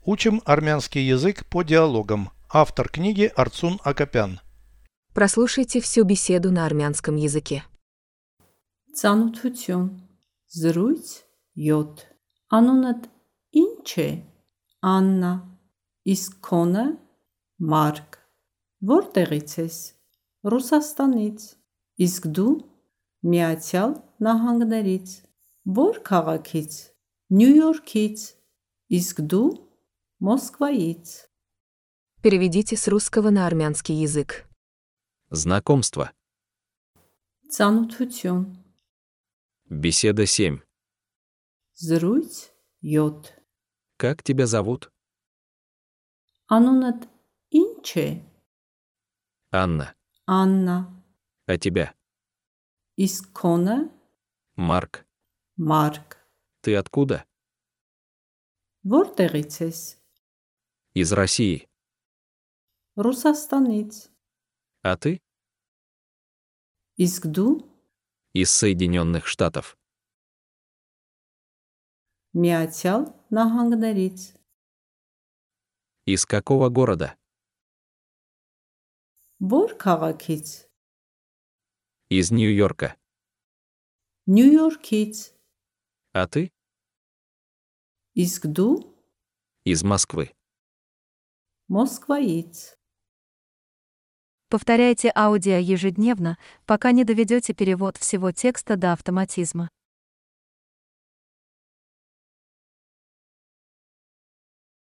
Учим армянский язык по диалогам. Автор книги Арцун Акопян. Прослушайте всю беседу на армянском языке. Ծանոթություն Զրույց 7 Անունդ ի՞նչ է Աննա Իսկ քոնը Մարկ Որտեղից ես Ռուսաստանից Իսկ դու Միացյալ Նահանգներից Որ քաղաքից Նյու Յորքից Իսկ դու Մոսկվայից Переведите с русского на армянский язык. Знакомство. Ծանոթություն Беседа 7. Զրույց 7 Как тебя зовут? Անունդ ի՞նչ է Анна. Աննա А тебя? Իսկ քոնը Марк. Մարկ Ты откуда? Որտեղից ես Из России. Ռուսաստանից А ты? Իսկ դու Из Соединенных Штатов. Միացյալ Նահանգներից Из какого города? Որ քաղաքից Из Нью-Йорка. Նյու Յորքից А ты? Իսկ դու Из Москвы. Մոսկվայից Повторяйте аудио ежедневно, пока не доведете перевод всего текста до автоматизма.